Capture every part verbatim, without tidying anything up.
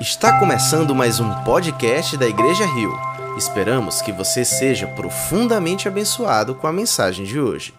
Está começando mais um podcast da Igreja Rio. Esperamos que você seja profundamente abençoado com a mensagem de hoje.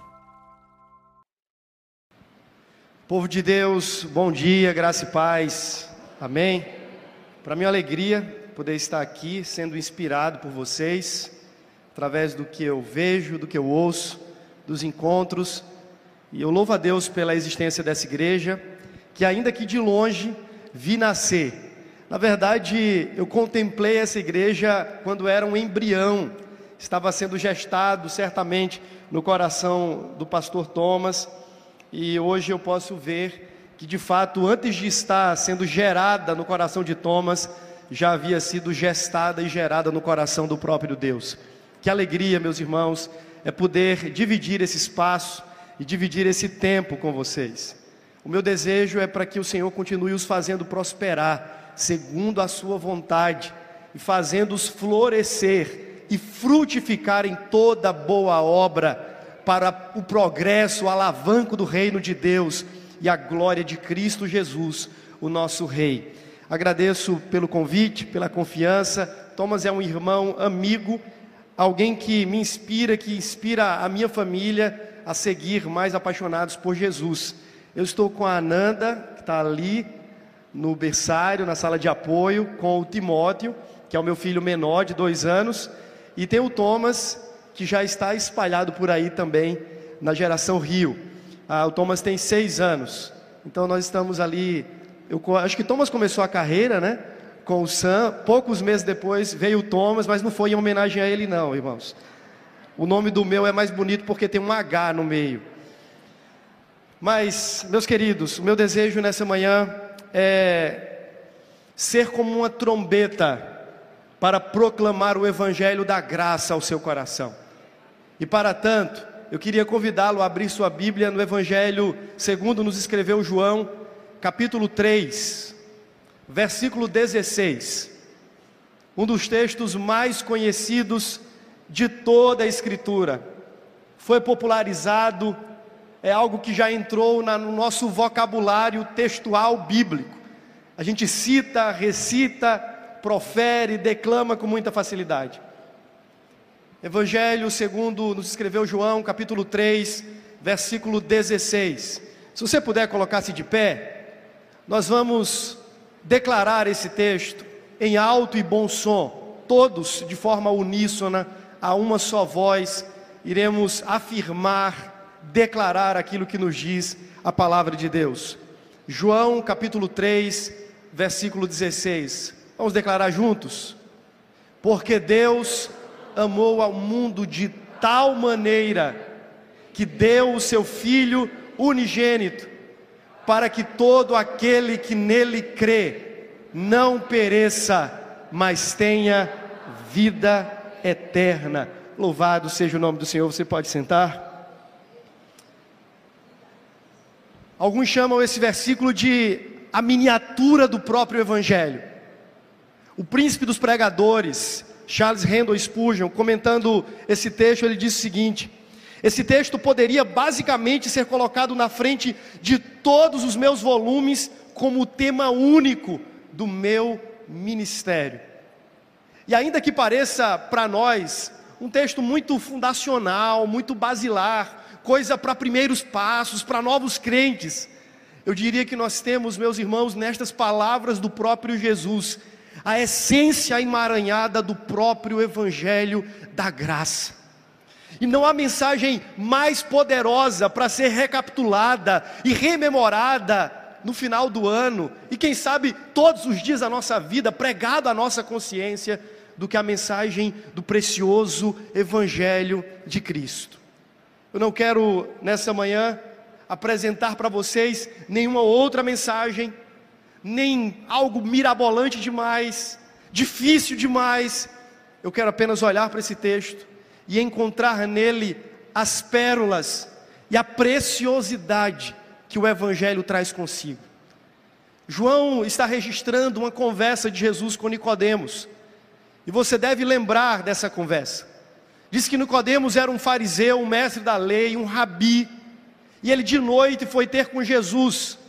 Povo de Deus, bom dia, graça e paz, amém? Para mim é uma alegria poder estar aqui sendo inspirado por vocês, através do que eu vejo, do que eu ouço, dos encontros. E eu louvo a Deus pela existência dessa igreja, que ainda que de longe vi nascer. Na verdade, eu contemplei essa igreja quando era um embrião, estava sendo gestado certamente no coração do pastor Thomas, e hoje eu posso ver que de fato, antes de estar sendo gerada no coração de Thomas, já havia sido gestada e gerada no coração do próprio Deus. Que alegria, meus irmãos, é poder dividir esse espaço e dividir esse tempo com vocês. O meu desejo é para que o Senhor continue os fazendo prosperar, segundo a sua vontade, e fazendo-os florescer e frutificar em toda boa obra, para o progresso, o alavanco do reino de Deus e a glória de Cristo Jesus, o nosso Rei. Agradeço pelo convite, pela confiança. Thomas é um irmão, amigo, alguém que me inspira, que inspira a minha família a seguir mais apaixonados por Jesus. Eu estou com a Ananda, que está ali no berçário, na sala de apoio, com o Timóteo, que é o meu filho menor de dois anos, e tem o Thomas, que já está espalhado por aí também, na geração Rio. Ah, o Thomas tem seis anos, então nós estamos ali, eu acho que Thomas começou a carreira, né, com o Sam, poucos meses depois veio o Thomas, mas não foi em homenagem a ele não, irmãos. O nome do meu é mais bonito porque tem um H no meio. Mas, meus queridos, o meu desejo nessa manhã é ser como uma trombeta para proclamar o evangelho da graça ao seu coração. E para tanto, eu queria convidá-lo a abrir sua Bíblia no evangelho segundo nos escreveu João, capítulo três, versículo dezesseis. Um dos textos mais conhecidos de toda a Escritura. Foi popularizado, é algo que já entrou na, no nosso vocabulário textual bíblico. A gente cita, recita, profere, declama com muita facilidade. Evangelho segundo nos escreveu João, capítulo três, versículo dezesseis. Se você puder colocar-se de pé, nós vamos declarar esse texto em alto e bom som, todos de forma uníssona, a uma só voz, iremos afirmar, declarar aquilo que nos diz a palavra de Deus. João capítulo três, versículo dezesseis. Vamos declarar juntos? Porque Deus amou ao mundo de tal maneira que deu o seu Filho unigênito, para que todo aquele que nele crê não pereça, mas tenha vida eterna. Louvado seja o nome do Senhor. Você pode sentar. Alguns chamam esse versículo de a miniatura do próprio Evangelho. O príncipe dos pregadores, Charles Haddon Spurgeon, comentando esse texto, ele diz o seguinte: esse texto poderia basicamente ser colocado na frente de todos os meus volumes como o tema único do meu ministério. E ainda que pareça para nós um texto muito fundacional, muito basilar, coisa para primeiros passos, para novos crentes, eu diria que nós temos, meus irmãos, nestas palavras do próprio Jesus, a essência emaranhada do próprio Evangelho da graça. E não há mensagem mais poderosa para ser recapitulada e rememorada no final do ano, e quem sabe todos os dias da nossa vida, pregado à nossa consciência, do que a mensagem do precioso Evangelho de Cristo. Eu não quero, nessa manhã, apresentar para vocês nenhuma outra mensagem, nem algo mirabolante demais, difícil demais. Eu quero apenas olhar para esse texto e encontrar nele as pérolas e a preciosidade que o Evangelho traz consigo. João está registrando uma conversa de Jesus com Nicodemos, e você deve lembrar dessa conversa. Diz que Nicodemos era um fariseu, um mestre da lei, um rabi, e ele de noite foi ter com Jesus,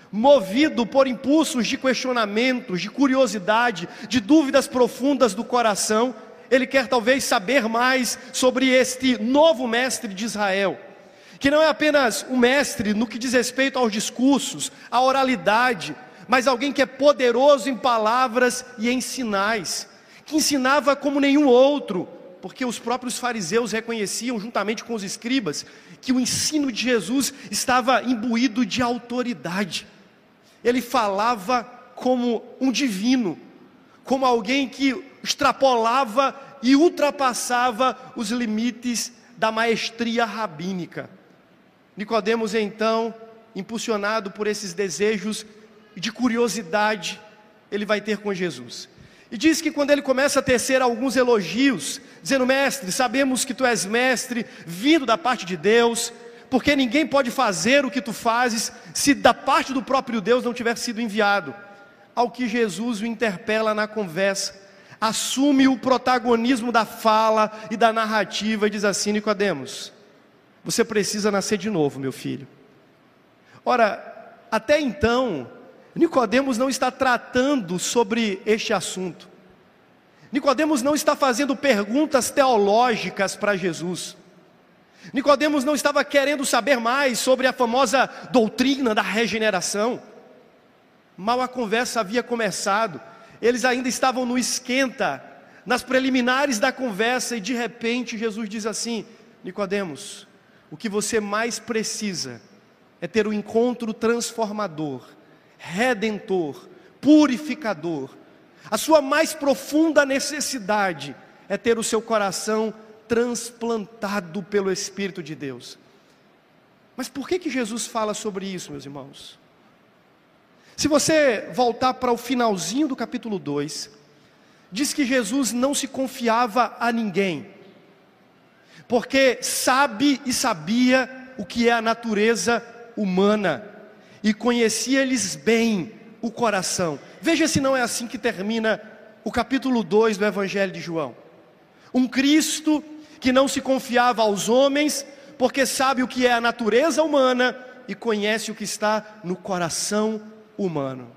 movido por impulsos de questionamentos, de curiosidade, de dúvidas profundas do coração, ele quer talvez saber mais sobre este novo mestre de Israel, que não é apenas um mestre no que diz respeito aos discursos, à oralidade, mas alguém que é poderoso em palavras e em sinais, que ensinava como nenhum outro, porque os próprios fariseus reconheciam, juntamente com os escribas, que o ensino de Jesus estava imbuído de autoridade. Ele falava como um divino, como alguém que extrapolava e ultrapassava os limites da maestria rabínica. Nicodemos, então, impulsionado por esses desejos de curiosidade, ele vai ter com Jesus. E diz que quando ele começa a tecer alguns elogios, dizendo: mestre, sabemos que tu és mestre, vindo da parte de Deus, porque ninguém pode fazer o que tu fazes, se da parte do próprio Deus não tiver sido enviado. Ao que Jesus o interpela na conversa, assume o protagonismo da fala e da narrativa, e diz assim: Nicodemos, você precisa nascer de novo, meu filho. Ora, até então, Nicodemos não está tratando sobre este assunto. Nicodemos não está fazendo perguntas teológicas para Jesus. Nicodemos não estava querendo saber mais sobre a famosa doutrina da regeneração. Mal a conversa havia começado, eles ainda estavam no esquenta, nas preliminares da conversa, e de repente Jesus diz assim: Nicodemos, o que você mais precisa é ter um encontro transformador, redentor, purificador. A sua mais profunda necessidade é ter o seu coração transplantado pelo Espírito de Deus. Mas por que que Jesus fala sobre isso, meus irmãos? Se você voltar para o finalzinho do capítulo dois, diz que Jesus não se confiava a ninguém, porque sabe e sabia o que é a natureza humana, e conhecia-lhes bem o coração. Veja se não é assim que termina o capítulo dois do Evangelho de João. Um Cristo que não se confiava aos homens, porque sabe o que é a natureza humana e conhece o que está no coração humano.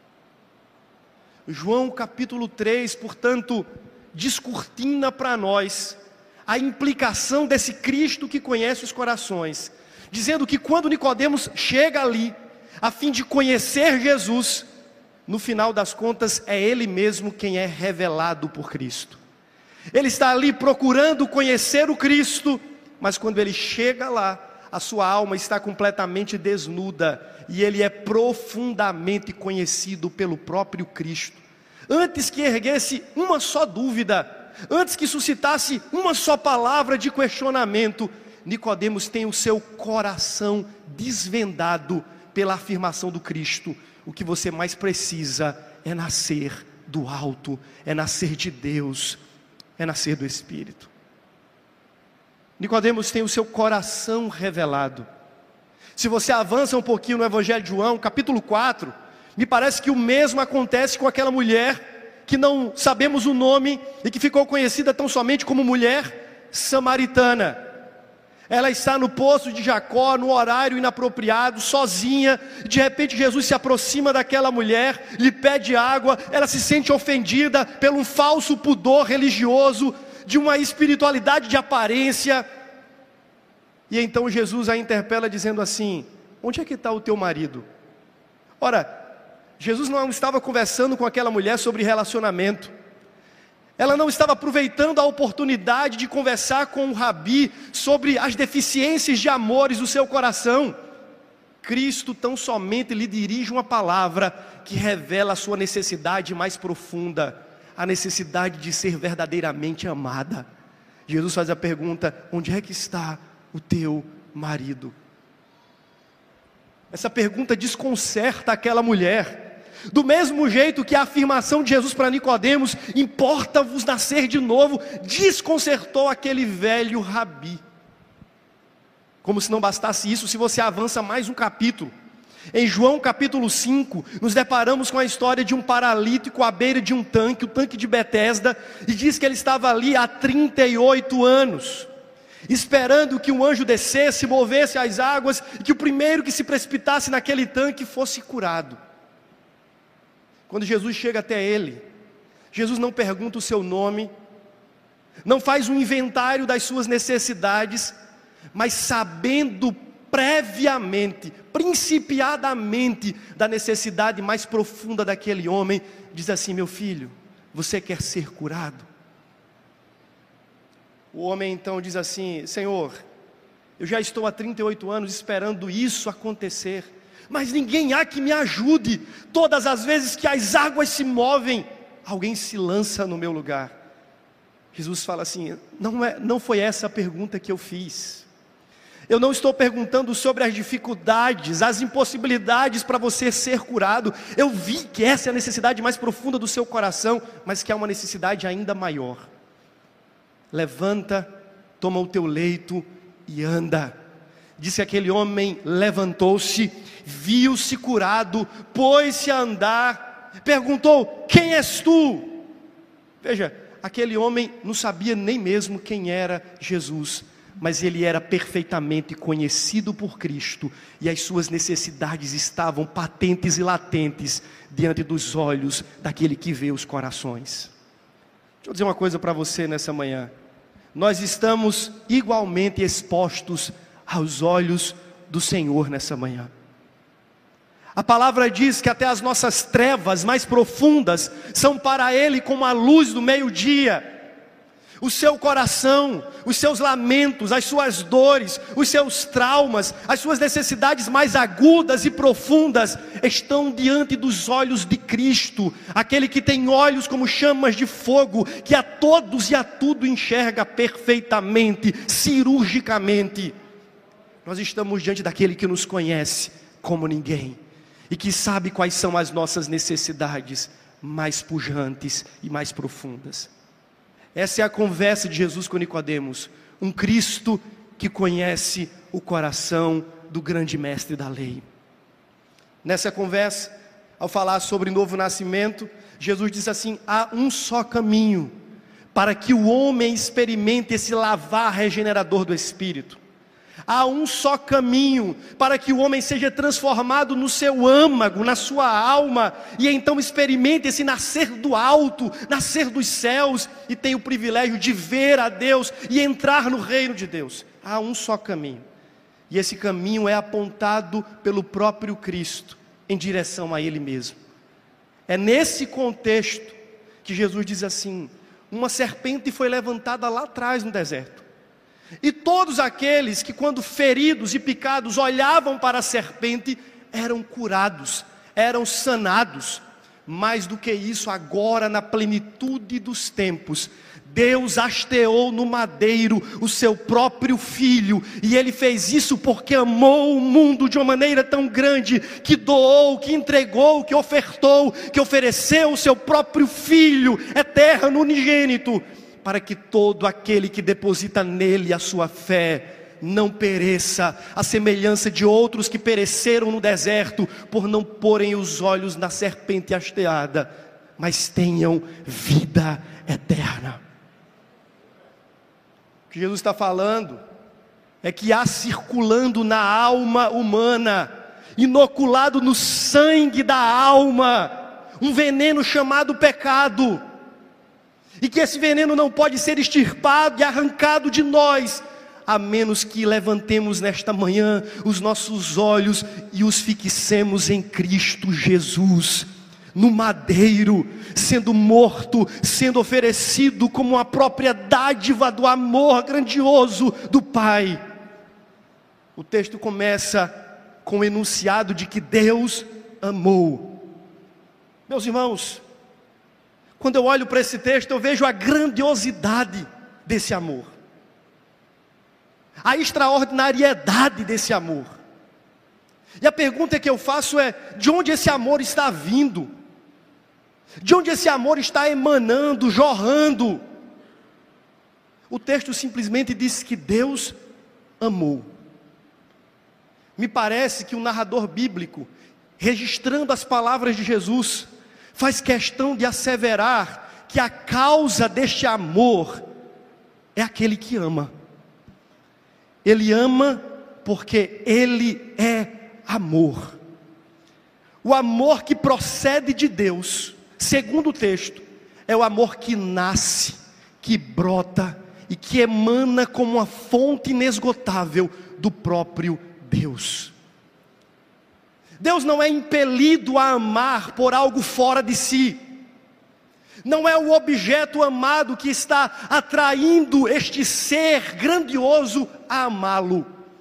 João capítulo três, portanto, descortina para nós a implicação desse Cristo que conhece os corações, dizendo que quando Nicodemos chega ali, a fim de conhecer Jesus, no final das contas é Ele mesmo quem é revelado por Cristo. Ele está ali procurando conhecer o Cristo, mas quando ele chega lá, a sua alma está completamente desnuda, e ele é profundamente conhecido pelo próprio Cristo. Antes que erguesse uma só dúvida, antes que suscitasse uma só palavra de questionamento, Nicodemos tem o seu coração desvendado pela afirmação do Cristo: o que você mais precisa é nascer do alto, é nascer de Deus, é nascer do Espírito. Nicodemos tem o seu coração revelado. Se você avança um pouquinho no Evangelho de João, capítulo quatro, me parece que o mesmo acontece com aquela mulher, que não sabemos o nome, e que ficou conhecida tão somente como mulher samaritana. Ela está no poço de Jacó, no horário inapropriado, sozinha. De repente Jesus se aproxima daquela mulher, lhe pede água. Ela se sente ofendida pelo um falso pudor religioso, de uma espiritualidade de aparência. E então Jesus a interpela dizendo assim: onde é que está o teu marido? Ora, Jesus não estava conversando com aquela mulher sobre relacionamento. Ela não estava aproveitando a oportunidade de conversar com o Rabi sobre as deficiências de amores do seu coração. Cristo tão somente lhe dirige uma palavra que revela a sua necessidade mais profunda, a necessidade de ser verdadeiramente amada. Jesus faz a pergunta: onde é que está o teu marido? Essa pergunta desconcerta aquela mulher. Do mesmo jeito que a afirmação de Jesus para Nicodemos: importa-vos nascer de novo, desconcertou aquele velho rabi. Como se não bastasse isso, se você avança mais um capítulo, em João capítulo cinco, nos deparamos com a história de um paralítico à beira de um tanque, o tanque de Betesda, e diz que ele estava ali há trinta e oito anos. esperando que um anjo descesse, movesse as águas, e que o primeiro que se precipitasse naquele tanque fosse curado. Quando Jesus chega até ele, Jesus não pergunta o seu nome, não faz um inventário das suas necessidades, mas sabendo previamente, principiadamente, da necessidade mais profunda daquele homem, diz assim: meu filho, você quer ser curado? O homem então diz assim: Senhor, eu já estou há trinta e oito anos esperando isso acontecer, mas ninguém há que me ajude. Todas as vezes que as águas se movem, alguém se lança no meu lugar. Jesus fala assim: não, é, não foi essa a pergunta que eu fiz. Eu não estou perguntando sobre as dificuldades, as impossibilidades para você ser curado. Eu vi que essa é a necessidade mais profunda do seu coração, mas que há uma necessidade ainda maior. Levanta, toma o teu leito e anda. Disse aquele homem, levantou-se, viu-se curado, pôs-se a andar, perguntou: quem és tu? Veja, aquele homem não sabia nem mesmo quem era Jesus, mas ele era perfeitamente conhecido por Cristo, e as suas necessidades estavam patentes e latentes diante dos olhos daquele que vê os corações. Deixa eu dizer uma coisa para você nessa manhã: nós estamos igualmente expostos aos olhos do Senhor nessa manhã. A palavra diz que até as nossas trevas mais profundas são para Ele como a luz do meio-dia. O seu coração, os seus lamentos, as suas dores, os seus traumas, as suas necessidades mais agudas e profundas estão diante dos olhos de Cristo, aquele que tem olhos como chamas de fogo, que a todos e a tudo enxerga perfeitamente, cirurgicamente. Nós estamos diante daquele que nos conhece como ninguém e que sabe quais são as nossas necessidades mais pujantes e mais profundas. Essa é a conversa de Jesus com Nicodemos, um Cristo que conhece o coração do grande mestre da lei. Nessa conversa, ao falar sobre novo nascimento, Jesus diz assim: há um só caminho para que o homem experimente esse lavar regenerador do Espírito. Há um só caminho para que o homem seja transformado no seu âmago, na sua alma, e então experimente esse nascer do alto, nascer dos céus, e tenha o privilégio de ver a Deus e entrar no reino de Deus. Há um só caminho, e esse caminho é apontado pelo próprio Cristo, em direção a Ele mesmo. É nesse contexto que Jesus diz assim: uma serpente foi levantada lá atrás no deserto, e todos aqueles que, quando feridos e picados, olhavam para a serpente, eram curados, eram sanados. Mais do que isso, agora na plenitude dos tempos, Deus hasteou no madeiro o seu próprio Filho, e Ele fez isso porque amou o mundo de uma maneira tão grande, que doou, que entregou, que ofertou, que ofereceu o seu próprio Filho eterno, unigênito, para que todo aquele que deposita nele a sua fé não pereça, à semelhança de outros que pereceram no deserto, por não porem os olhos na serpente hasteada, mas tenham vida eterna. O que Jesus está falando é que há circulando na alma humana, inoculado no sangue da alma, um veneno chamado pecado, e que esse veneno não pode ser extirpado e arrancado de nós, a menos que levantemos nesta manhã os nossos olhos e os fixemos em Cristo Jesus, no madeiro, sendo morto, sendo oferecido como a própria dádiva do amor grandioso do Pai. O texto começa com o enunciado de que Deus amou. Meus irmãos, quando eu olho para esse texto, eu vejo a grandiosidade desse amor, a extraordinariedade desse amor. E a pergunta que eu faço é: de onde esse amor está vindo? De onde esse amor está emanando, jorrando? O texto simplesmente diz que Deus amou. Me parece que o narrador bíblico, registrando as palavras de Jesus, faz questão de asseverar que a causa deste amor é aquele que ama. Ele ama porque Ele é amor. O amor que procede de Deus, segundo o texto, é o amor que nasce, que brota e que emana como uma fonte inesgotável do próprio Deus. Deus não é impelido a amar por algo fora de si. Não é o objeto amado que está atraindo este ser grandioso a amá-lo.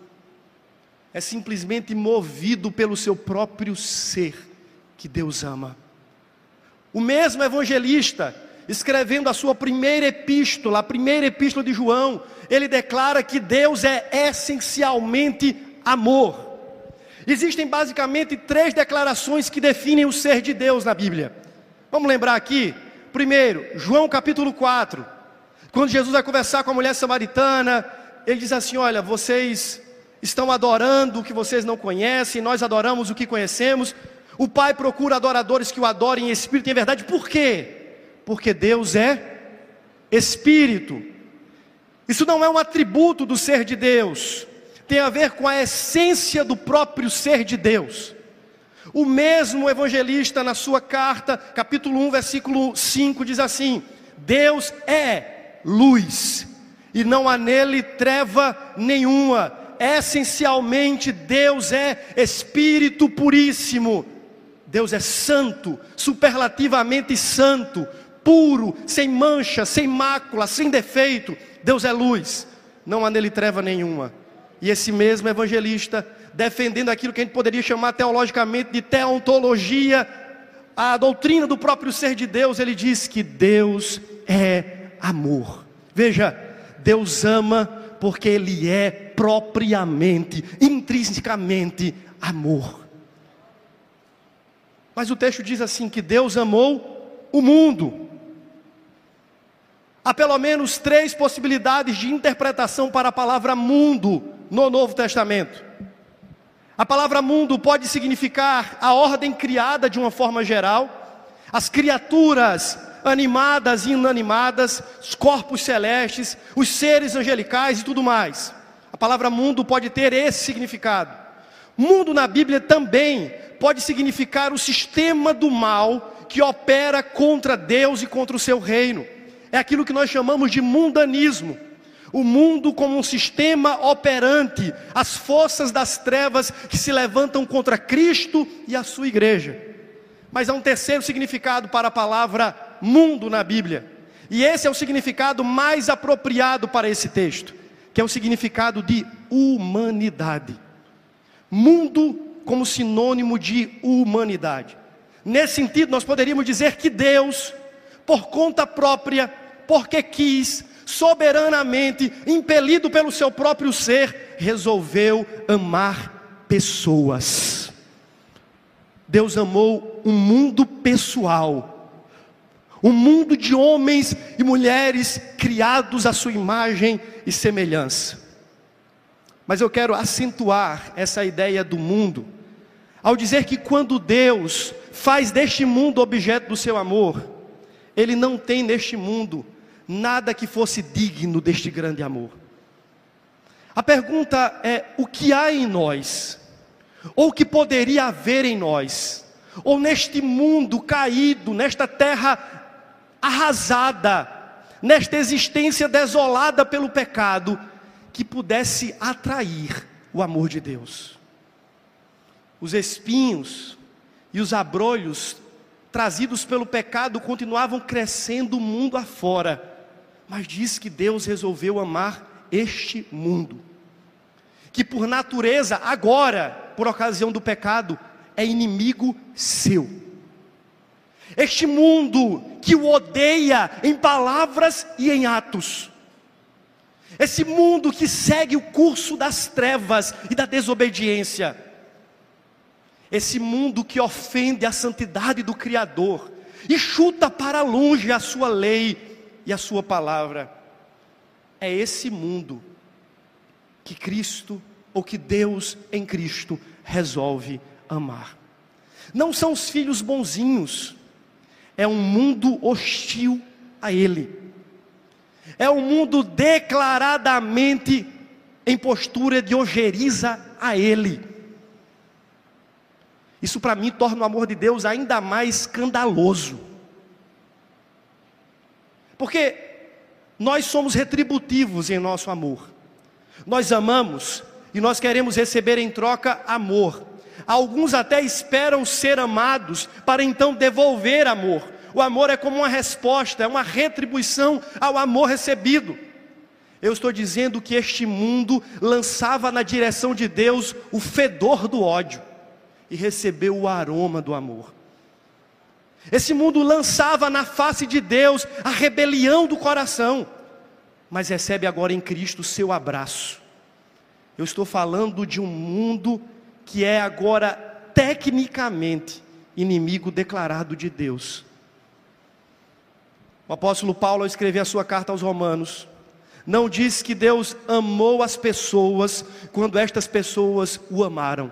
É simplesmente movido pelo seu próprio ser que Deus ama. O mesmo evangelista, escrevendo a sua primeira epístola, a primeira epístola de João, ele declara que Deus é essencialmente amor. Existem basicamente três declarações que definem o ser de Deus na Bíblia. Vamos lembrar aqui? Primeiro, João capítulo quatro, quando Jesus vai conversar com a mulher samaritana, ele diz assim: olha, vocês estão adorando o que vocês não conhecem, nós adoramos o que conhecemos. O Pai procura adoradores que o adorem em espírito e em verdade. Por quê? Porque Deus é Espírito. Isso não é um atributo do ser de Deus, tem a ver com a essência do próprio ser de Deus. O mesmo evangelista na sua carta, capítulo um, versículo cinco, diz assim: Deus é luz, e não há nele treva nenhuma. Essencialmente Deus é Espírito puríssimo. Deus é santo, superlativamente santo, puro, sem mancha, sem mácula, sem defeito. Deus é luz, não há nele treva nenhuma. E esse mesmo evangelista, defendendo aquilo que a gente poderia chamar teologicamente de teontologia, a doutrina do próprio ser de Deus, ele diz que Deus é amor. Veja, Deus ama porque Ele é propriamente, intrinsecamente amor. Mas o texto diz assim, que Deus amou o mundo. Há pelo menos três possibilidades de interpretação para a palavra mundo no Novo Testamento. A palavra mundo pode significar a ordem criada de uma forma geral, as criaturas animadas e inanimadas, os corpos celestes, os seres angelicais e tudo mais. A palavra mundo pode ter esse significado. Mundo na Bíblia também pode significar o sistema do mal que opera contra Deus e contra o seu reino. É aquilo que nós chamamos de mundanismo. O mundo como um sistema operante, as forças das trevas que se levantam contra Cristo e a sua igreja. Mas há um terceiro significado para a palavra mundo na Bíblia, e esse é o significado mais apropriado para esse texto, que é o significado de humanidade. Mundo como sinônimo de humanidade. Nesse sentido, nós poderíamos dizer que Deus, por conta própria, porque quis, soberanamente, impelido pelo seu próprio ser, resolveu amar pessoas. Deus amou um mundo pessoal, um mundo de homens e mulheres criados à sua imagem e semelhança. Mas eu quero acentuar essa ideia do mundo, ao dizer que quando Deus faz deste mundo objeto do seu amor, Ele não tem neste mundo nada que fosse digno deste grande amor. A pergunta é: o que há em nós? Ou o que poderia haver em nós? Ou neste mundo caído, nesta terra arrasada, nesta existência desolada pelo pecado, que pudesse atrair o amor de Deus? Os espinhos e os abrolhos trazidos pelo pecado continuavam crescendo o mundo afora, mas diz que Deus resolveu amar este mundo, que por natureza agora, por ocasião do pecado, é inimigo seu. Este mundo que o odeia em palavras e em atos. Esse mundo que segue o curso das trevas e da desobediência. Esse mundo que ofende a santidade do Criador e chuta para longe a sua lei e a sua palavra. É esse mundo que Cristo, ou que Deus em Cristo, resolve amar. Não são os filhos bonzinhos, é um mundo hostil a Ele. É um mundo declaradamente em postura de ojeriza a Ele. Isso para mim torna o amor de Deus ainda mais escandaloso. Porque nós somos retributivos em nosso amor. Nós amamos e nós queremos receber em troca amor. Alguns até esperam ser amados para então devolver amor. O amor é como uma resposta, é uma retribuição ao amor recebido. Eu estou dizendo que este mundo lançava na direção de Deus o fedor do ódio e recebeu o aroma do amor. Esse mundo lançava na face de Deus a rebelião do coração, mas recebe agora em Cristo o seu abraço. Eu estou falando de um mundo que é agora tecnicamente inimigo declarado de Deus. O apóstolo Paulo, ao escrever a sua carta aos Romanos, não diz que Deus amou as pessoas quando estas pessoas o amaram.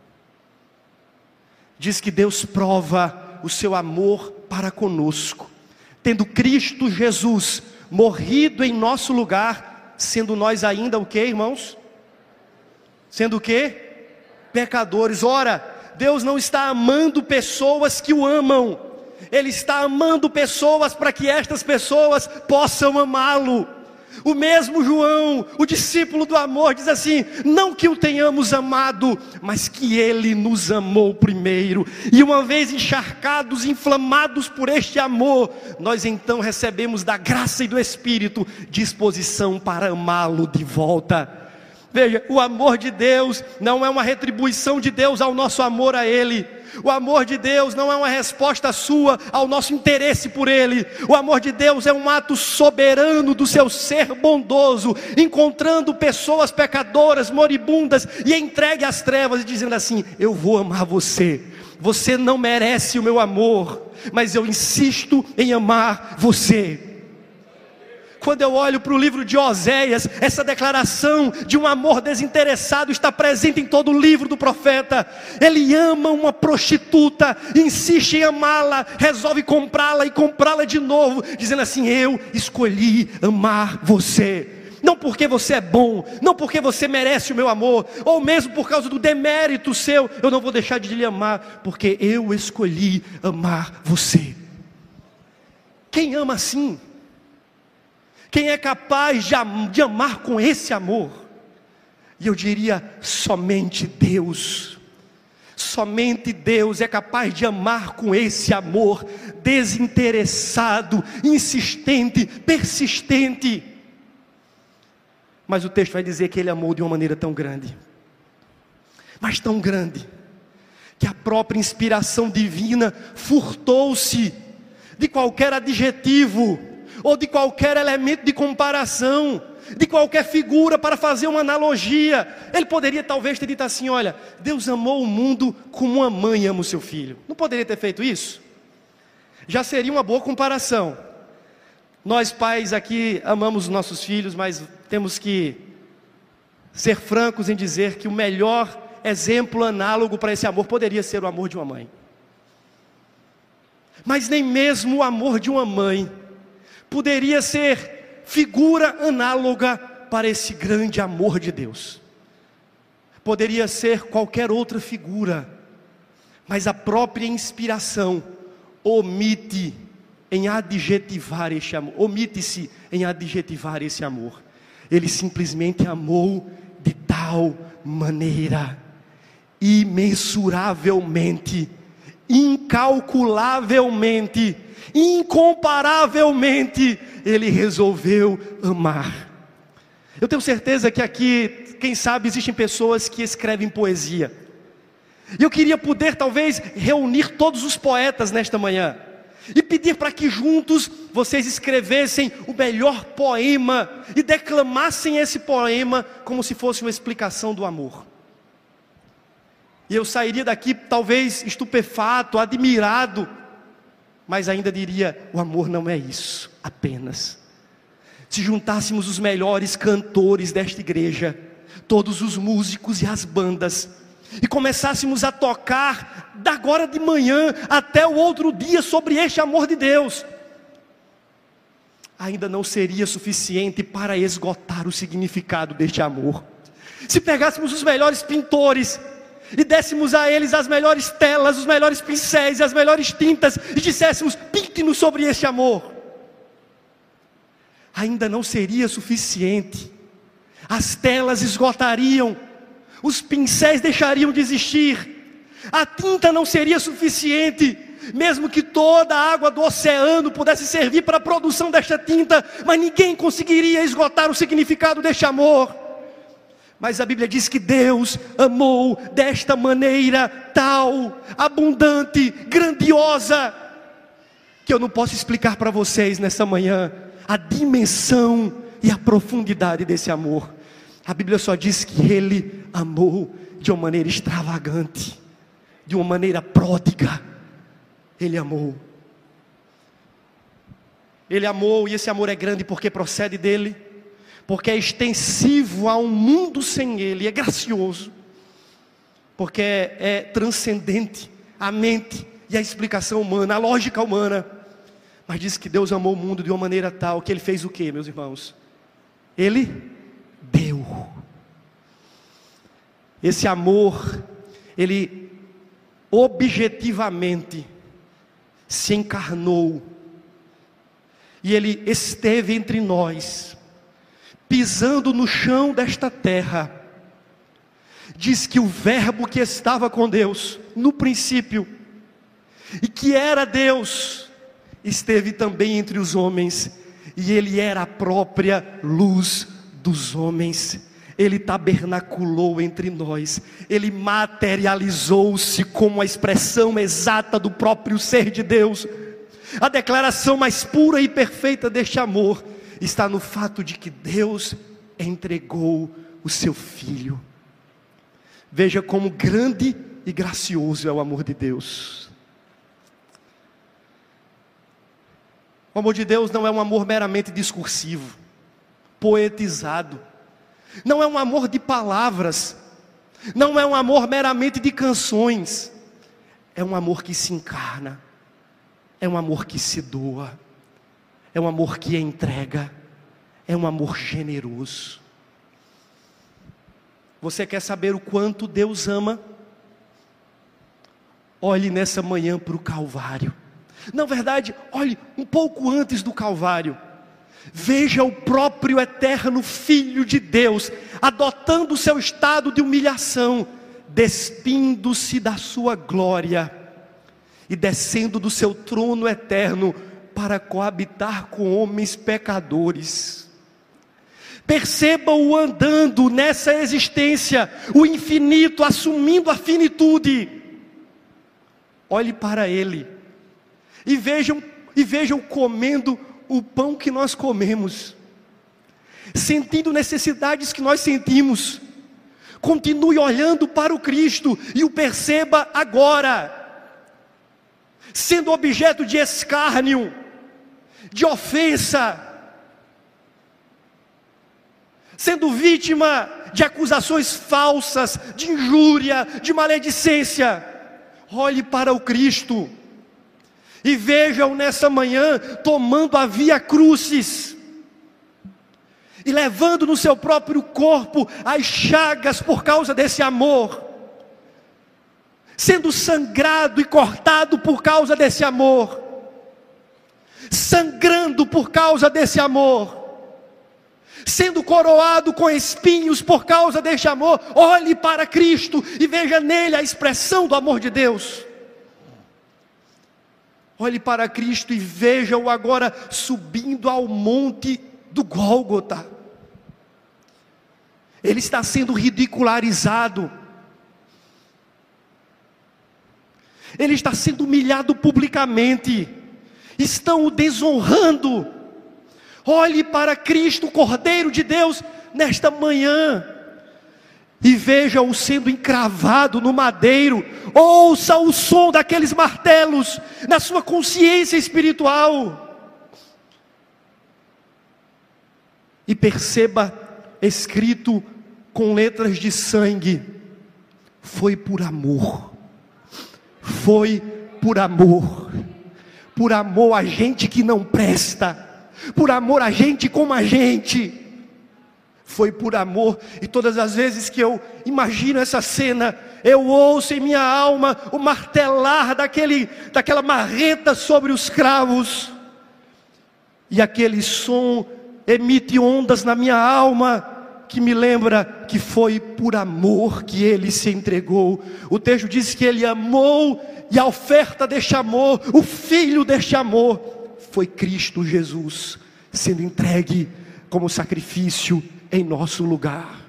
Diz que Deus prova o seu amor para conosco, tendo Cristo Jesus morrido em nosso lugar, sendo nós ainda o que, irmãos? Sendo o que? Pecadores. Ora, Deus não está amando pessoas que o amam, Ele está amando pessoas para que estas pessoas possam amá-lo. O mesmo João, o discípulo do amor, diz assim: não que o tenhamos amado, mas que Ele nos amou primeiro. E uma vez encharcados, inflamados por este amor, nós então recebemos da graça e do Espírito disposição para amá-lo de volta. Veja, o amor de Deus não é uma retribuição de Deus ao nosso amor a Ele. O amor de Deus não é uma resposta sua ao nosso interesse por Ele. O amor de Deus é um ato soberano do seu ser bondoso, encontrando pessoas pecadoras, moribundas, e entregue às trevas, e dizendo assim: eu vou amar você. Você não merece o meu amor, mas eu insisto em amar você. Quando eu olho para o livro de Oséias, essa declaração de um amor desinteressado está presente em todo o livro do profeta. Ele ama uma prostituta, insiste em amá-la, resolve comprá-la e comprá-la de novo, dizendo assim: eu escolhi amar você. Não porque você é bom, não porque você merece o meu amor, ou mesmo por causa do demérito seu, eu não vou deixar de lhe amar, porque eu escolhi amar você. Quem ama assim? Quem é capaz de, am- de amar com esse amor? E eu diria, somente Deus. Somente Deus é capaz de amar com esse amor desinteressado, insistente, persistente. Mas o texto vai dizer que Ele amou de uma maneira tão grande, mas tão grande, que a própria inspiração divina furtou-se de qualquer adjetivo ou de qualquer elemento de comparação, de qualquer figura para fazer uma analogia. Ele poderia talvez ter dito assim: olha, Deus amou o mundo como uma mãe ama o seu filho. Não poderia ter feito isso? Já seria uma boa comparação. Nós pais aqui amamos os nossos filhos, mas temos que ser francos em dizer que o melhor exemplo análogo para esse amor poderia ser o amor de uma mãe. Mas nem mesmo o amor de uma mãe poderia ser figura análoga para esse grande amor de Deus. Poderia ser qualquer outra figura, mas a própria inspiração omite em adjetivar este amor, omite-se em adjetivar esse amor. Ele simplesmente amou de tal maneira, imensuravelmente, incalculavelmente, incomparavelmente, Ele resolveu amar. Eu tenho certeza que aqui, quem sabe, existem pessoas que escrevem poesia. E eu queria poder talvez reunir todos os poetas nesta manhã e pedir para que juntos vocês escrevessem o melhor poema e declamassem esse poema como se fosse uma explicação do amor. E eu sairia daqui talvez estupefato, admirado, mas ainda diria: o amor não é isso apenas. Se juntássemos os melhores cantores desta igreja, todos os músicos e as bandas, e começássemos a tocar da agora de manhã até o outro dia sobre este amor de Deus, ainda não seria suficiente para esgotar o significado deste amor. se pegássemos os melhores pintores e dessemos a eles as melhores telas, os melhores pincéis, as melhores tintas, e disséssemos: pinte-nos sobre este amor, ainda não seria suficiente. As telas esgotariam, os pincéis deixariam de existir, a tinta não seria suficiente, mesmo que toda a água do oceano pudesse servir para a produção desta tinta, mas ninguém conseguiria esgotar o significado deste amor. Mas a Bíblia diz que Deus amou desta maneira tal, abundante, grandiosa, que eu não posso explicar para vocês nessa manhã a dimensão e a profundidade desse amor. A Bíblia só diz que Ele amou de uma maneira extravagante, de uma maneira pródiga. Ele amou. Ele amou, e esse amor é grande porque procede dEle, porque é extensivo a um mundo sem Ele, é gracioso, porque é, é transcendente à mente e à explicação humana, à lógica humana. Mas diz que Deus amou o mundo de uma maneira tal que Ele fez o quê, meus irmãos? Ele deu. Esse amor, Ele objetivamente se encarnou, e Ele esteve entre nós, pisando no chão desta terra. Diz que o verbo que estava com Deus no princípio, e que era Deus, esteve também entre os homens, e Ele era a própria luz dos homens. Ele tabernaculou entre nós, Ele materializou-se como a expressão exata do próprio ser de Deus. A declaração mais pura e perfeita deste amor está no fato de que Deus entregou o seu Filho. Veja como grande e gracioso é o amor de Deus. O amor de Deus não é um amor meramente discursivo, poetizado. Não é um amor de palavras, não é um amor meramente de canções. É um amor que se encarna, é um amor que se doa, é um amor que entrega, é um amor generoso. Você quer saber o quanto Deus ama? Olhe nessa manhã para o Calvário. Na verdade, olhe um pouco antes do Calvário. Veja o próprio eterno Filho de Deus adotando o seu estado de humilhação, despindo-se da sua glória e descendo do seu trono eterno para coabitar com homens pecadores. Perceba-o andando nessa existência, o infinito, assumindo a finitude. Olhe para Ele e vejam, e vejam comendo o pão que nós comemos, sentindo necessidades que nós sentimos. Continue olhando para o Cristo e o perceba agora, sendo objeto de escárnio, de ofensa, sendo vítima de acusações falsas, de injúria, de maledicência. Olhe para o Cristo e veja-o nessa manhã tomando a via crucis e levando no seu próprio corpo as chagas por causa desse amor, sendo sangrado e cortado por causa desse amor, sangrando por causa desse amor, sendo coroado com espinhos por causa deste amor. Olhe para Cristo e veja nele a expressão do amor de Deus. Olhe para Cristo e veja-o agora subindo ao monte do Gólgota. Ele está sendo ridicularizado, ele está sendo humilhado publicamente, estão o desonrando. Olhe para Cristo, o Cordeiro de Deus, nesta manhã, e veja-o sendo encravado no madeiro. Ouça o som daqueles martelos na sua consciência espiritual, e perceba escrito com letras de sangue: foi por amor, foi por amor, por amor a gente que não presta, por amor a gente como a gente, foi por amor. E todas as vezes que eu imagino essa cena, eu ouço em minha alma o martelar daquele, daquela marreta sobre os cravos, e aquele som emite ondas na minha alma, que me lembra que foi por amor que Ele se entregou. O texto diz que Ele amou, e a oferta deste amor, o filho deste amor, foi Cristo Jesus, sendo entregue como sacrifício em nosso lugar.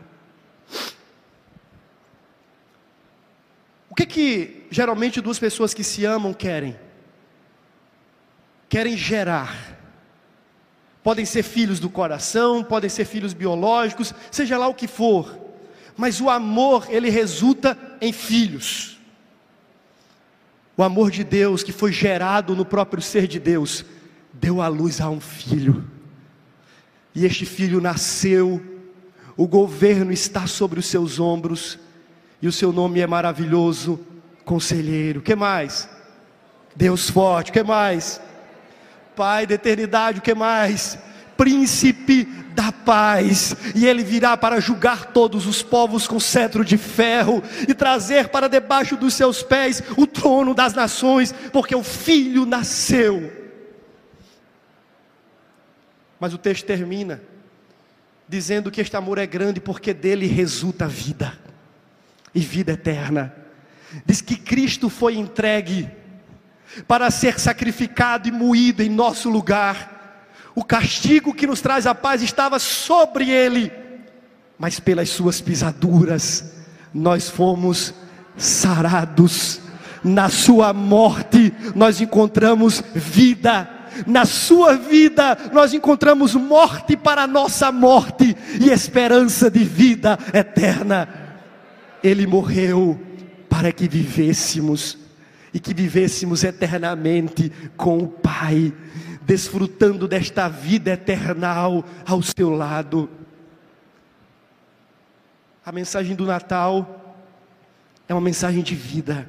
O que que geralmente duas pessoas que se amam querem? Querem gerar. Podem ser filhos do coração, podem ser filhos biológicos, seja lá o que for. Mas o amor, ele resulta em filhos. O amor de Deus, que foi gerado no próprio ser de Deus, deu à luz a um filho. E este filho nasceu, o governo está sobre os seus ombros, e o seu nome é maravilhoso, Conselheiro. O que mais? Deus forte. O que mais? Pai da eternidade. O que mais? Príncipe da paz. E Ele virá para julgar todos os povos com cetro de ferro, e trazer para debaixo dos seus pés o trono das nações, porque o Filho nasceu. Mas o texto termina dizendo que este amor é grande, porque dele resulta vida, e vida eterna. Diz que Cristo foi entregue para ser sacrificado e moído em nosso lugar. O castigo que nos traz a paz estava sobre Ele, mas pelas suas pisaduras nós fomos sarados. Na sua morte nós encontramos vida, na sua vida nós encontramos morte para a nossa morte, e esperança de vida eterna. Ele morreu para que vivêssemos, e que vivêssemos eternamente com o Pai, desfrutando desta vida eternal ao seu lado. A mensagem do Natal é uma mensagem de vida,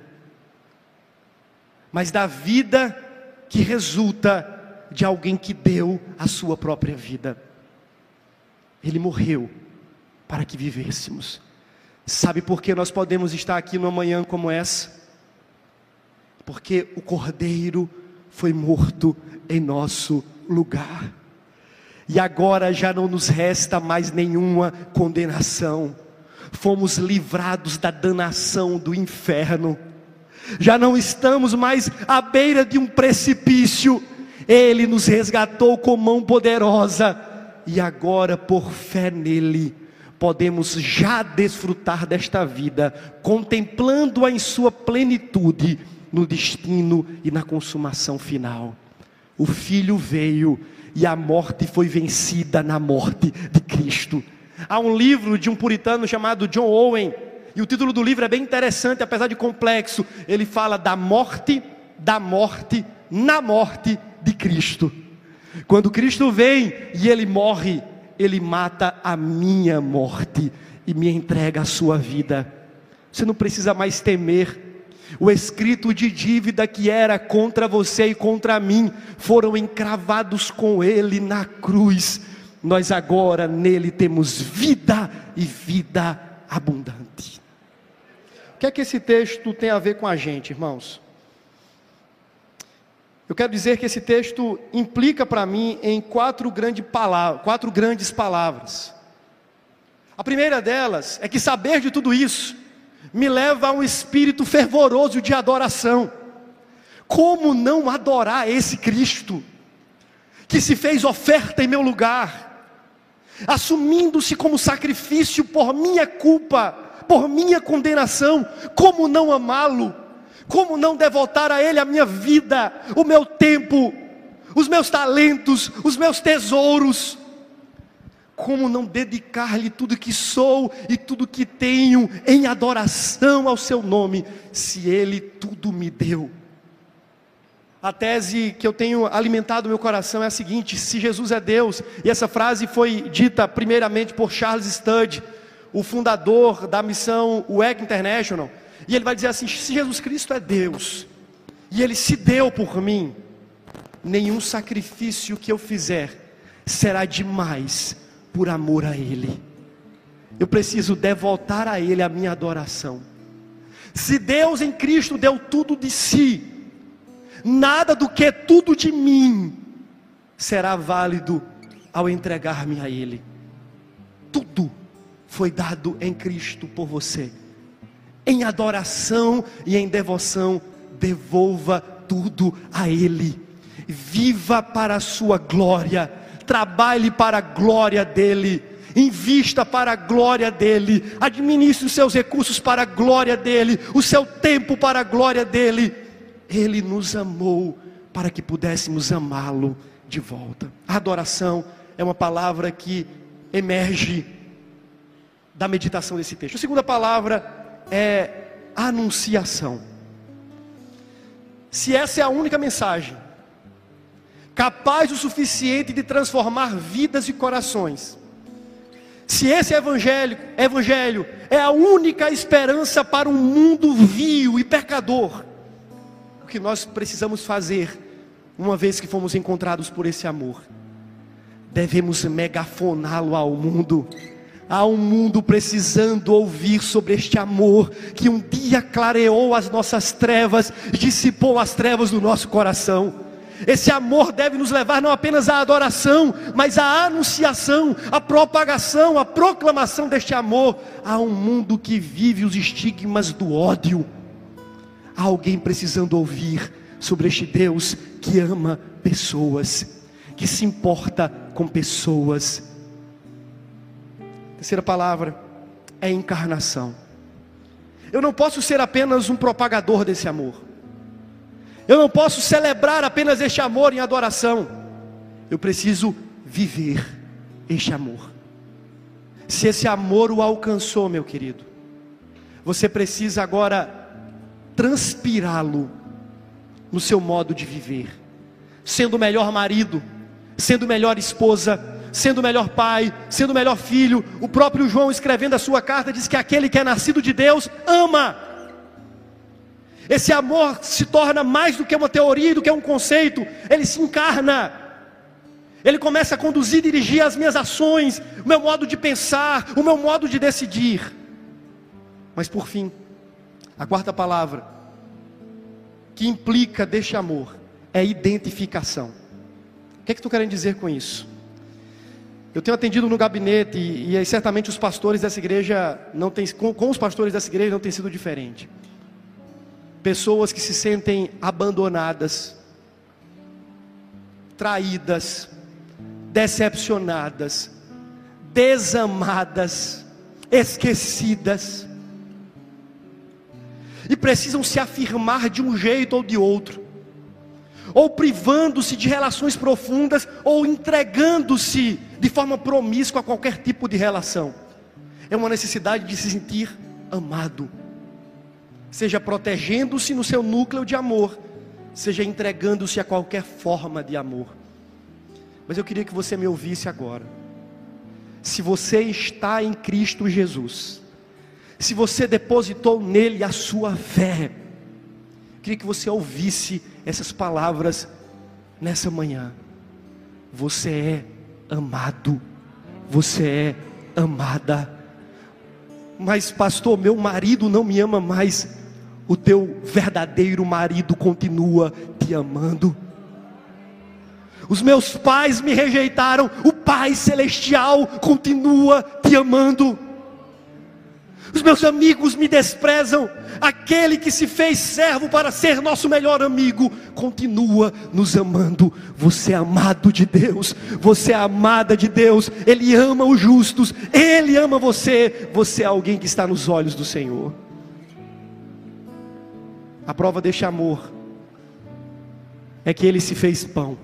mas da vida que resulta de alguém que deu a sua própria vida. Ele morreu para que vivêssemos. Sabe por que nós podemos estar aqui numa manhã como essa? Porque o Cordeiro foi morto em nosso lugar, e agora já não nos resta mais nenhuma condenação. Fomos livrados da danação do inferno, já não estamos mais à beira de um precipício. Ele nos resgatou com mão poderosa, e agora por fé nele podemos já desfrutar desta vida, contemplando-a em sua plenitude, no destino e na consumação final. O Filho veio, e a morte foi vencida na morte de Cristo. Há um livro de um puritano chamado John Owen, e o título do livro é bem interessante, apesar de complexo. Ele fala da morte, da morte, na morte de Cristo. Quando Cristo vem e Ele morre, Ele mata a minha morte e me entrega a sua vida. Você não precisa mais temer. O escrito de dívida que era contra você e contra mim foram encravados com Ele na cruz. Nós agora nele temos vida, e vida abundante. O que é que esse texto tem a ver com a gente, irmãos? Eu quero dizer que esse texto implica para mim em quatro, grande palavra, quatro grandes palavras. A primeira delas é que saber de tudo isso me leva a um espírito fervoroso de adoração. Como não adorar esse Cristo, que se fez oferta em meu lugar, assumindo-se como sacrifício por minha culpa, por minha condenação? Como não amá-lo? Como não devotar a Ele a minha vida, o meu tempo, os meus talentos, os meus tesouros? Como não dedicar-lhe tudo que sou e tudo que tenho em adoração ao seu nome, se Ele tudo me deu? A tese que eu tenho alimentado meu coração é a seguinte: se Jesus é Deus, e essa frase foi dita primeiramente por Charles Studd, o fundador da missão W E C International, e ele vai dizer assim: se Jesus Cristo é Deus, e Ele se deu por mim, nenhum sacrifício que eu fizer será demais por amor a Ele. eu preciso devotar a Ele a minha adoração. Se Deus em Cristo deu tudo de si, nada do que tudo de mim será válido ao entregar-me a Ele. Tudo foi dado em Cristo por você. Em adoração e em devoção, devolva tudo a Ele. Viva para a sua glória, trabalhe para a glória dEle, invista para a glória dEle, administre os seus recursos para a glória dEle, o seu tempo para a glória dEle. Ele nos amou para que pudéssemos amá-lo de volta. A adoração é uma palavra que emerge da meditação desse texto. A segunda palavra é anunciação. Se essa é a única mensagem capaz o suficiente de transformar vidas e corações, se esse evangelho, evangelho é a única esperança para um mundo vil e pecador, o que nós precisamos fazer, uma vez que fomos encontrados por esse amor, devemos megafoná-lo ao mundo. Há um mundo precisando ouvir sobre este amor, que um dia clareou as nossas trevas, dissipou as trevas do nosso coração. Esse amor deve nos levar não apenas à adoração, mas à anunciação, à propagação, à proclamação deste amor a um mundo que vive os estigmas do ódio. Há alguém precisando ouvir sobre este Deus que ama pessoas, que se importa com pessoas. Terceira palavra é encarnação. Eu não posso ser apenas um propagador desse amor. Eu não posso celebrar apenas este amor em adoração. Eu preciso viver este amor. Se esse amor o alcançou, meu querido, você precisa agora transpirá-lo no seu modo de viver, sendo o melhor marido, sendo melhor esposa, sendo o melhor pai, sendo o melhor filho. O próprio João, escrevendo a sua carta, diz que aquele que é nascido de Deus ama. Esse amor se torna mais do que uma teoria, do que um conceito. Ele se encarna. Ele começa a conduzir e dirigir as minhas ações, o meu modo de pensar, o meu modo de decidir. Mas por fim, a quarta palavra que implica deste amor é identificação. O que é que tu querendo dizer com isso? Eu tenho atendido no gabinete e, e certamente os pastores dessa igreja não tem, com, com os pastores dessa igreja não tem sido diferente. Pessoas que se sentem abandonadas, traídas, decepcionadas, desamadas, esquecidas, e precisam se afirmar de um jeito ou de outro, ou privando-se de relações profundas, ou entregando-se de forma promíscua a qualquer tipo de relação. É uma necessidade de se sentir amado, seja protegendo-se no seu núcleo de amor, seja entregando-se a qualquer forma de amor. Mas eu queria que você me ouvisse agora. Se você está em Cristo Jesus, se você depositou nele a sua fé, eu queria que você ouvisse essas palavras nessa manhã. Você é amado, você é amada. Mas pastor, meu marido não me ama mais. O teu verdadeiro marido continua te amando. Os meus pais me rejeitaram, o Pai Celestial continua te amando. Os meus amigos me desprezam, aquele que se fez servo para ser nosso melhor amigo continua nos amando. Você é amado de Deus, você é amada de Deus. Ele ama os justos, Ele ama você. Você é alguém que está nos olhos do Senhor. A prova deste amor é que Ele se fez pão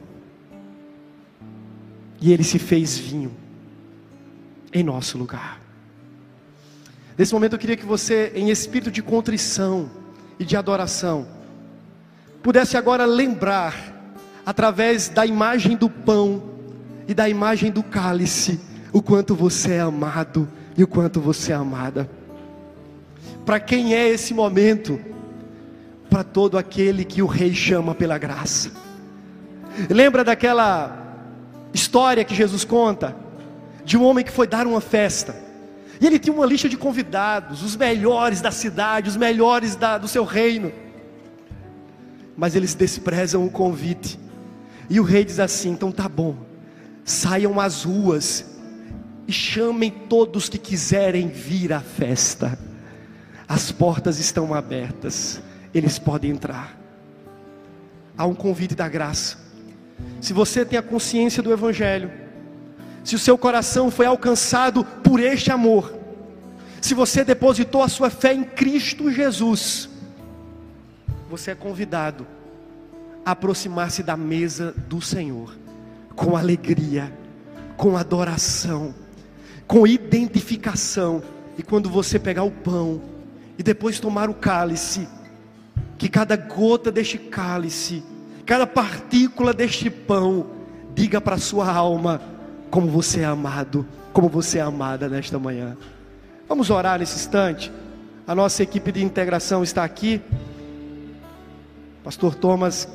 e Ele se fez vinho em nosso lugar. Nesse momento eu queria que você, em espírito de contrição e de adoração, pudesse agora lembrar, através da imagem do pão e da imagem do cálice, o quanto você é amado e o quanto você é amada. Para quem é esse momento? Para todo aquele que o Rei chama pela graça. Lembra daquela história que Jesus conta, de um homem que foi dar uma festa, E ele tinha uma lista de convidados, os melhores da cidade, os melhores da, do seu reino. Mas eles desprezam o convite. E o rei diz assim: então tá bom, saiam às ruas e chamem todos que quiserem vir à festa. As portas estão abertas, eles podem entrar. Há um convite da graça. Se você tem a consciência do Evangelho, se o seu coração foi alcançado por este amor, se você depositou a sua fé em Cristo Jesus, você é convidado a aproximar-se da mesa do Senhor, com alegria, com adoração, com identificação. E quando você pegar o pão, e depois tomar o cálice, que cada gota deste cálice, cada partícula deste pão, diga para a sua alma, como você é amado, como você é amada nesta manhã. Vamos orar nesse instante. A nossa equipe de integração está aqui. Pastor Thomas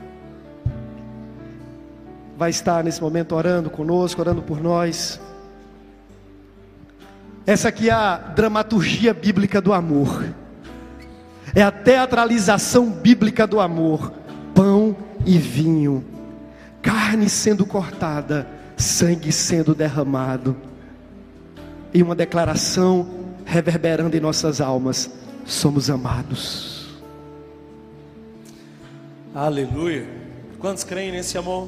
vai estar nesse momento orando conosco, orando por nós. Essa aqui é a dramaturgia bíblica do amor. É a teatralização bíblica do amor. Pão e vinho, carne sendo cortada, sangue sendo derramado, e uma declaração reverberando em nossas almas: somos amados. Aleluia. Quantos creem nesse amor?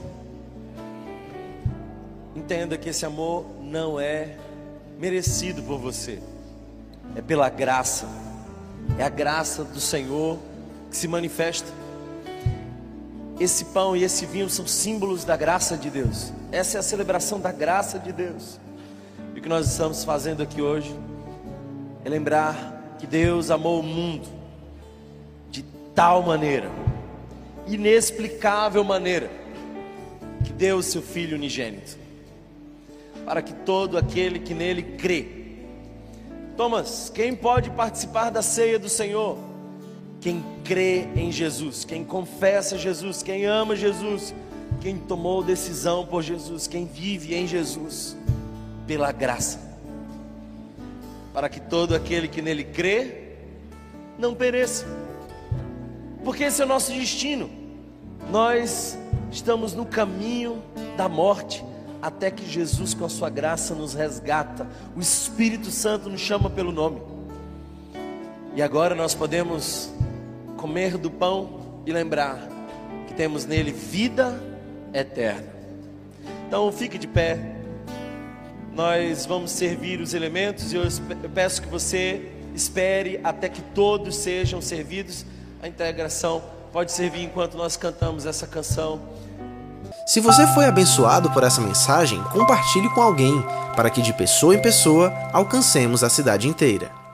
Entenda que esse amor não é merecido por você, é pela graça. É a graça do Senhor que se manifesta. Esse pão e esse vinho são símbolos da graça de Deus. Essa é a celebração da graça de Deus. E o que nós estamos fazendo aqui hoje é lembrar que Deus amou o mundo de tal maneira, inexplicável maneira, que deu o seu Filho unigênito, para que todo aquele que nele crê. Thomas, quem pode participar da ceia do Senhor? Quem crê em Jesus, quem confessa Jesus, quem ama Jesus, quem tomou decisão por Jesus, quem vive em Jesus, pela graça, para que todo aquele que nele crê não pereça, porque esse é o nosso destino. Nós estamos no caminho da morte, até que Jesus, com a sua graça, nos resgata. O Espírito Santo nos chama pelo nome, e agora nós podemos comer do pão e lembrar que temos nele vida eterna. Então fique de pé. Nós vamos servir os elementos, e eu peço que você espere até que todos sejam servidos. A integração pode servir enquanto nós cantamos essa canção. Se você foi abençoado por essa mensagem, compartilhe com alguém, para que de pessoa em pessoa alcancemos a cidade inteira.